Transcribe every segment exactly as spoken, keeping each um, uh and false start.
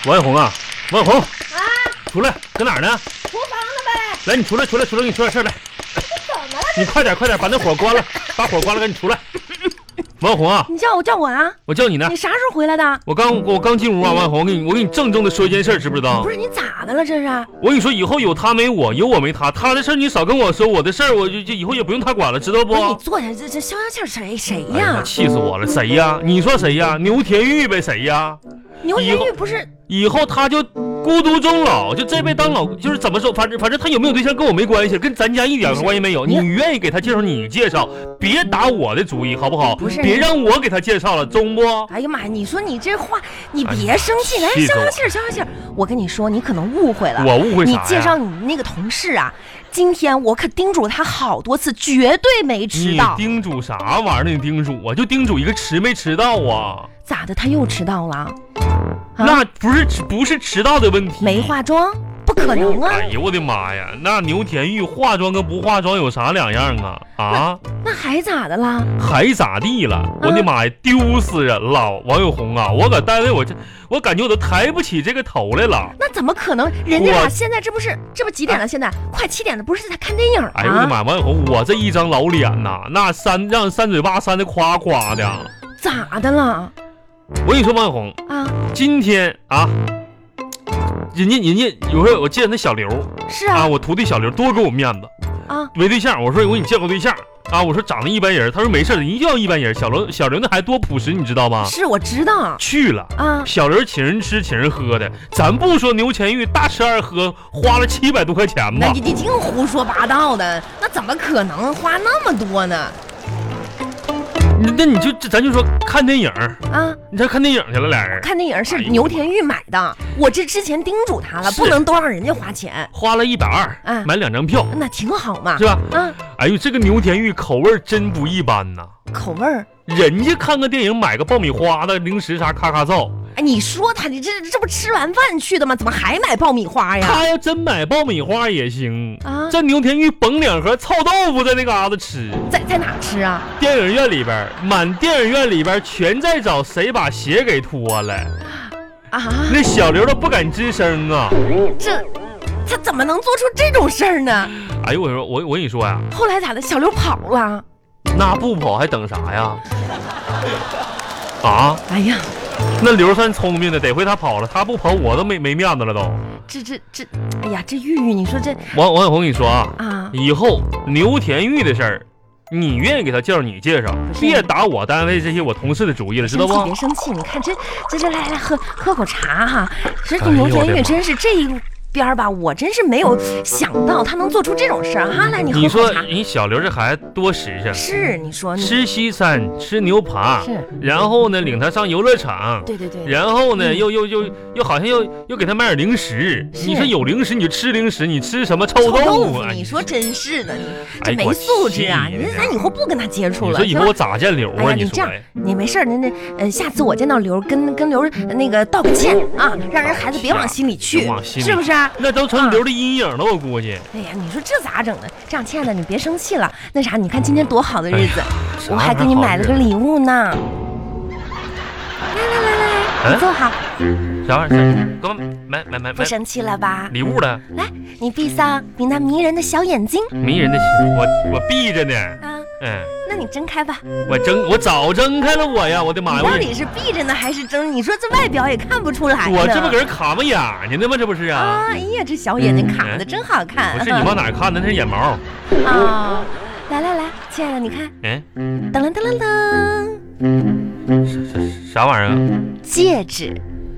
王小红啊，王小红啊，出来，搁哪儿呢？ 厨房呢呗。 来，你出来，出来，出来，给你说点事儿来。 怎么了？ 你快点，快点，把那火关了，把火关了，赶紧出来。王小红啊， 你叫我叫我啊？ 我叫你呢。 你啥时候回来的？ 我刚我刚进屋啊，王小红，我给你我给你郑重的说一件事，知不知道？ 不是你咋的了这是？ 我跟你说，以后有他没我，有我没他，他的事你少跟我说，我的事我就就以后也不用他管了，知道不？ 不是你坐下，这这消消气儿谁谁哎呀？ 气死我了！谁呀？你说谁呀？牛田玉呗？谁呀？ 牛田玉不是？ 以后他就孤独终老，就这辈当老，就是怎么说，反正反正他有没有对象跟我没关系，跟咱家一点关系没有。你愿意给他介绍你介绍，别打我的主意好不好？ 不是， 别让我给他介绍了，中不？ 哎呀妈呀！你说你这话，你别生气，来消消气儿，消消气儿。我跟你说，你可能误会了。 我误会啥呀？ 你介绍你那个同事啊，今天我可叮嘱他好多次，绝对没迟到。 你叮嘱啥玩意儿？你叮嘱我就叮嘱一个迟没迟到啊？ 咋的？他又迟到了？ 啊、那不是不是迟到的问题， 没化妆，不可能啊！ 哎呦我的妈呀，那牛田玉化妆跟不化妆有啥两样啊？啊？ 那, 那还咋的啦？ 还咋地了？我的妈呀，丢死人了！王小红啊，我搁单位我这我感觉我都抬不起这个头来了。 那怎么可能？人家俩现在这不是这不几点了？现在快七点了，不是在看电影吗？ 哎呦我的妈，王小红，我这一张老脸呐，那扇让扇嘴巴扇的夸夸的。 咋的了？ 我跟你说，王小红啊， 今天啊，人家人家有时候我见那小刘是啊， 啊，我徒弟小刘多给我面子啊， 没对象，我说我给你介绍对象啊，我说长得一般人，他说没事，一定要一般人。小刘小刘那还多朴实，你知道吗？ 是我知道， 去了啊， 小刘请人吃请人喝的，咱不说牛田玉大吃二喝花了七百多块钱吧？ 那你你净胡说八道的，那怎么可能花那么多呢？ 那你就咱就说看电影啊， 你这看电影去了，俩人看电影是牛田玉买的，哎、我这之前叮嘱他了，不能都让人家花钱， 花了一百二， 啊， 买两张票， 那挺好嘛， 是吧？ 啊， 哎呦，这个牛田玉口味真不一般呐， 口味儿， 人家看个电影买个爆米花的零食啥咔咔造。 哎，你说他你这这不吃完饭去的吗？怎么还买爆米花呀？ 他要真买爆米花也行啊！ 这牛田玉捧两盒臭豆腐在那嘎达吃， 在在哪吃啊？ 电影院里边，满电影院里边全在找谁把鞋给脱了啊！ 那小刘都不敢吱声啊！ 这他怎么能做出这种事儿呢？ 哎呦，我说我我跟你说呀， 后来咋的？小刘跑了？ 那不跑还等啥呀？啊！ 哎呀！ 那刘算聪明的，得亏他跑了，他不跑我都没没面子了都。 这这这，哎呀，这玉玉，你说这王王小红，跟你说啊， 啊， 以后牛田玉的事儿，你愿意给他介绍你介绍，别打我单位这些我同事的主意了，知道不？ 别生气，你看这这这，来来喝喝口茶哈。这牛田玉真是这一边吧，我真是没有想到他能做出这种事儿哈。来，你喝你说口茶。 你小刘这孩子多实诚， 是你说你吃西餐，吃牛扒， 是， 然后呢领他上游乐场， 对对对， 然后呢、 嗯、 又又又又好像又又给他买点零食。你说有零食你就吃零食，你吃什么臭豆腐？ 你说真是的，你这没素质啊！你咱以后不跟他接触了。 你说以后我咋见刘啊？ 哎呀， 你这样，你没事，那那呃，下次我见到刘，跟跟刘那个道个歉啊，让人孩子别往心里去，是不是？ 那都成刘的阴影了，我估计。 哎呀，你说这咋整呢？这样，亲爱的，你别生气了。那啥，你看今天多好的日子，哎、我还给你买了个礼物呢。来来来来，你坐好。 啥玩意儿？给我买买买不生气了吧？ 礼物了。 来，你闭上你那迷人的小眼睛。 迷人的，我我闭着呢。 啊。 嗯。 那你睁开吧。 我睁，我早睁开了我呀！我的妈呀！ 你到底是闭着呢还是睁？你说这外表也看不出来呢。 我这不搁这卡巴眼睛呢吗？这不是啊？ 啊！哎呀，这小眼睛卡的真好看。 不是你往哪看的？那是眼毛。 啊！来来来，亲爱的，你看。 嗯。 噔噔噔噔。 啥啥玩意儿啊？ 戒指。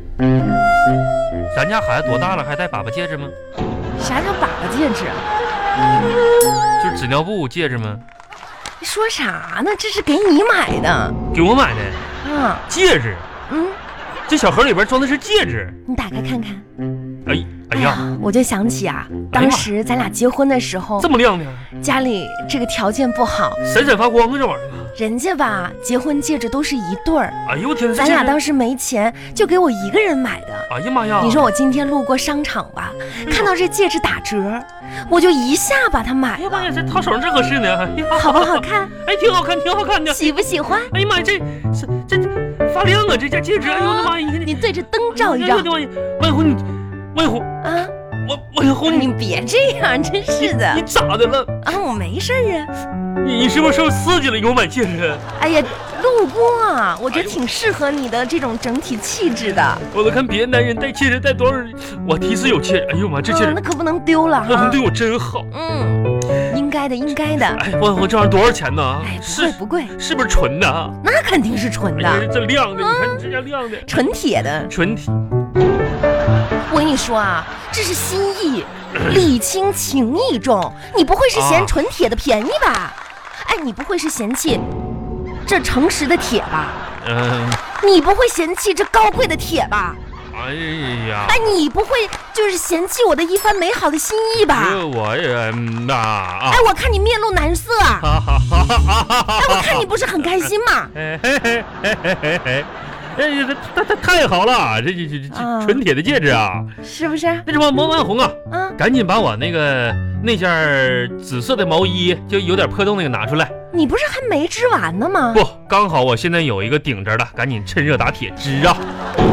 咱家孩子多大了还戴粑粑戒指吗？ 啥叫粑粑戒指？ 就是纸尿布戒指吗？ 你说啥呢？这是给你买的。 给我买的啊？ 戒指。 嗯， 这小盒里边装的是戒指。 你打开看看。 哎哎呀， 我就想起啊，当时咱俩结婚的时候， 这么亮呢， 家里这个条件不好， 闪闪发光啊，这玩意儿。 人家吧，结婚戒指都是一对儿。 哎呦我天， 咱俩当时没钱，就给我一个人买的。 哎呀妈呀！ 你说我今天路过商场吧，看到这戒指打折，我就一下把它买了。 哎呀妈呀，这套手上真合适呢， 好不好看？ 哎，挺好看，挺好看的。 喜不喜欢？ 哎呀妈呀，这这这发亮啊！这家戒指，哎呦我的妈呀！ 你对着灯照一照。 王小红，你王小红啊， 我王小红， 你别这样，真是的。 你咋的了？ 啊，我没事啊。 你你是不是受刺激了？给我买戒指？ 哎呀，路过啊，我觉得挺适合你的这种整体气质的。 我都看别的男人戴戒指戴多少，我第一次有戒指，哎呦妈，这戒指、 嗯、那可不能丢了哈。 老公对我真好。 嗯，应该的，应该的。 哎，我我这玩意儿多少钱呢？ 哎，不贵不贵， 是不是纯的？ 那肯定是纯的。 哎、这亮的，你看你这家亮的， 纯铁的， 纯铁。 我跟你说啊，这是心意，礼轻情意重。你不会是嫌纯铁的便宜吧？啊、哎，你不会是嫌弃这诚实的铁吧？ 嗯。 你不会嫌弃这高贵的铁吧？ 哎呀！ 哎，你不会就是嫌弃我的一番美好的心意吧？ 我也嗯啊！ 哎，我看你面露难色啊！哎，我看你不是很开心吗？ 嘿嘿嘿嘿嘿嘿！哎呀，这太太好了！这这这这纯铁的戒指啊， 是不是？ 那什么，王万红啊， 啊， 赶紧把我那个那件紫色的毛衣，就有点破洞那个拿出来。 你不是还没织完呢吗？ 不，刚好我现在有一个顶着的，赶紧趁热打铁织啊！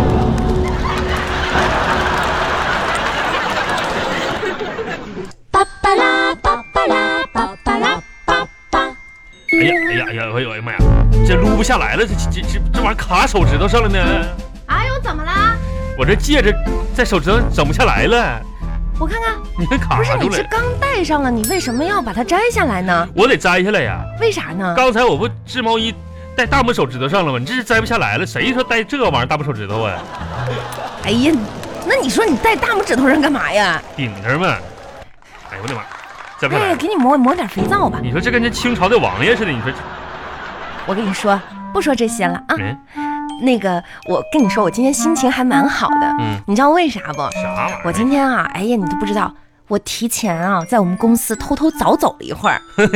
巴巴拉巴巴拉巴巴拉巴巴。 哎呀哎呀哎呀哎呦哎呀妈呀！这撸不下来了，这这这这玩意儿卡手指头上了呢。 哎呦，怎么啦？ 我这戒指在手指头整不下来了。 我看看， 你看卡住了。 不是，你这刚戴上了，你为什么要把它摘下来呢？ 我得摘下来呀。 为啥呢？ 刚才我不织毛衣戴大拇手指头上了吗？你这是摘不下来了。谁说戴这玩意儿大拇手指头啊？ 哎呀，那你说你戴大拇指头上干嘛呀？ 顶着嘛。哎呦我的妈！摘不下来。 哎，给你抹抹点肥皂吧。 你说这跟这清朝的王爷似的，你说。 我跟你说，不说这些了啊。 嗯。 那个，我跟你说，我今天心情还蛮好的。 嗯。 你知道为啥不？ 啥玩意儿？ 我今天啊，哎呀，你都不知道，我提前啊，在我们公司偷偷早走了一会儿。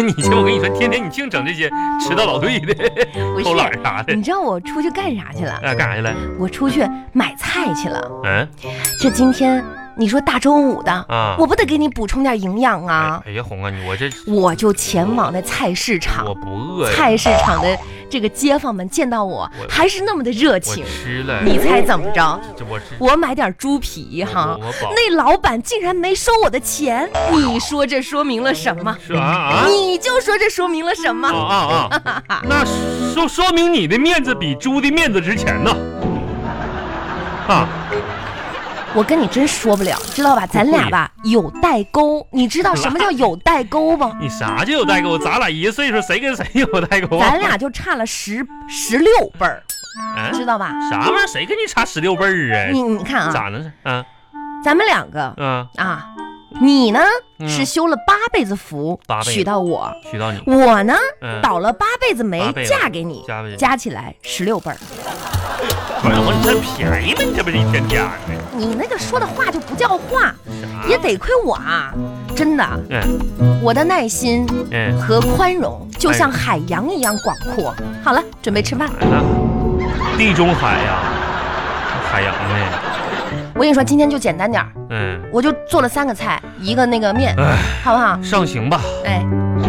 你这我跟你说，天天你净整这些迟到老队的、偷懒啥的。 你知道我出去干啥去了？ 啊，干啥去了？ 我出去买菜去了。 嗯。 这今天。你说大周五的啊， 我不得给你补充点营养啊！ 哎呀，红啊，你我这我就前往那菜市场， 我不饿呀。 菜市场的这个街坊们见到我还是那么的热情， 我吃了。 你猜怎么着？ 我我买点猪皮哈，那老板竟然没收我的钱，你说这说明了什么？ 是啊啊！ 你就说这说明了什么？ 啊啊啊！那说说明你的面子比猪的面子值钱呢。啊！ 我跟你真说不了，知道吧？咱俩吧有代沟，你知道什么叫有代沟不？ 你啥叫有代沟？咱俩一岁数，谁跟谁有代沟？ 咱俩就差了十十六辈儿， 嗯、 知道吧？ 啥玩意儿？谁跟你差十六辈儿啊？ 你你看啊， 咋能是？嗯、啊， 咱们两个， 嗯啊，你呢、 嗯、 是修了八辈子福， 八辈娶到我， 娶到你。 我呢， 嗯、 倒了八辈子霉， 辈子嫁给你， 加, 加起来十六辈儿。 我说你占便宜吗？你这不是一天天的？ 你那个说的话就不叫话，也得亏我啊！真的， 嗯， 我的耐心和宽容就像海洋一样广阔。好了，准备吃饭。 地中海呀，海洋呢？ 我跟你说，今天就简单点儿， 嗯， 我就做了三个菜，一个那个面，好不好？ 上行吧。 哎，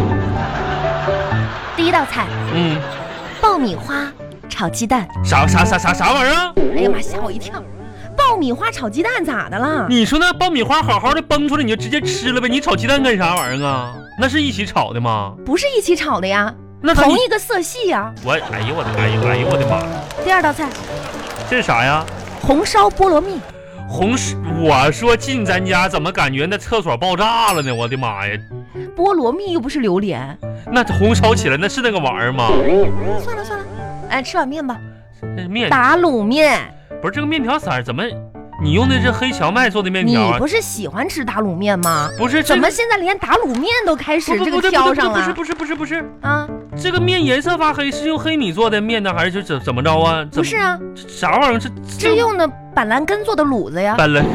第一道菜， 嗯， 爆米花炒鸡蛋。 啥啥啥啥啥玩意儿？ 哎呀妈，吓我一跳！爆米花炒鸡蛋咋的了？ 你说那爆米花好好的崩出来，你就直接吃了呗？你炒鸡蛋干啥玩意儿啊？那是一起炒的吗？ 不是一起炒的呀， 那同一个色系呀。 我哎呦我的哎呦哎呦我的妈！ 第二道菜， 这是啥呀？ 红烧菠萝蜜。 红烧，我说进咱家怎么感觉那厕所爆炸了呢？我的妈呀！ 菠萝蜜又不是榴莲， 那红烧起来那是那个玩意儿吗？ 算了算了，哎，吃碗面吧。 面打卤面。 不是这个面条色怎么？你用的是黑荞麦做的面条、啊？ 你不是喜欢吃打卤面吗？ 不是， 怎么现在连打卤面都开始这个挑上了？ 不是不是不是不是啊！ 这个面颜色发黑是用黑米做的面呢，还是就怎怎么着啊？ 不是啊， 啥玩意儿？这这用的板蓝根做的卤子呀。 板蓝，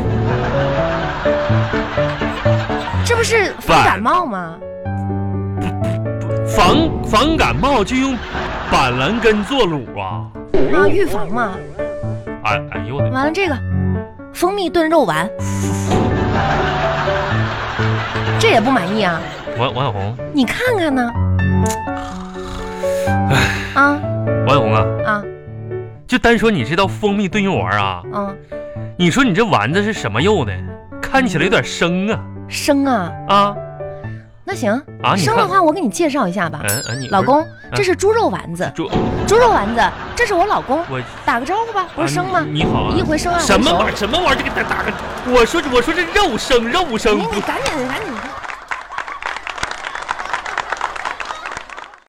这不是防感冒吗？ 防防感冒就用板蓝根做卤啊？ 啊，预防嘛。 哎哎呦我的！ 完了这个蜂蜜炖肉丸，这也不满意啊？ 王王小红， 你看看呢？ 哎啊，王小红啊啊， 就单说你这道蜂蜜炖肉丸啊， 嗯， 你说你这丸子是什么肉呢？看起来有点生啊生啊啊！ 那行啊， 生的话我给你介绍一下吧。 嗯嗯，你老公，这是猪肉丸子， 猪猪肉丸子，这是我老公。 我打个招呼吧，不是生吗？ 啊、你好、啊， 一回生二回熟。 什么玩意儿？什么玩意儿？这个打打个，我说我说这肉生肉生。 你你赶紧赶紧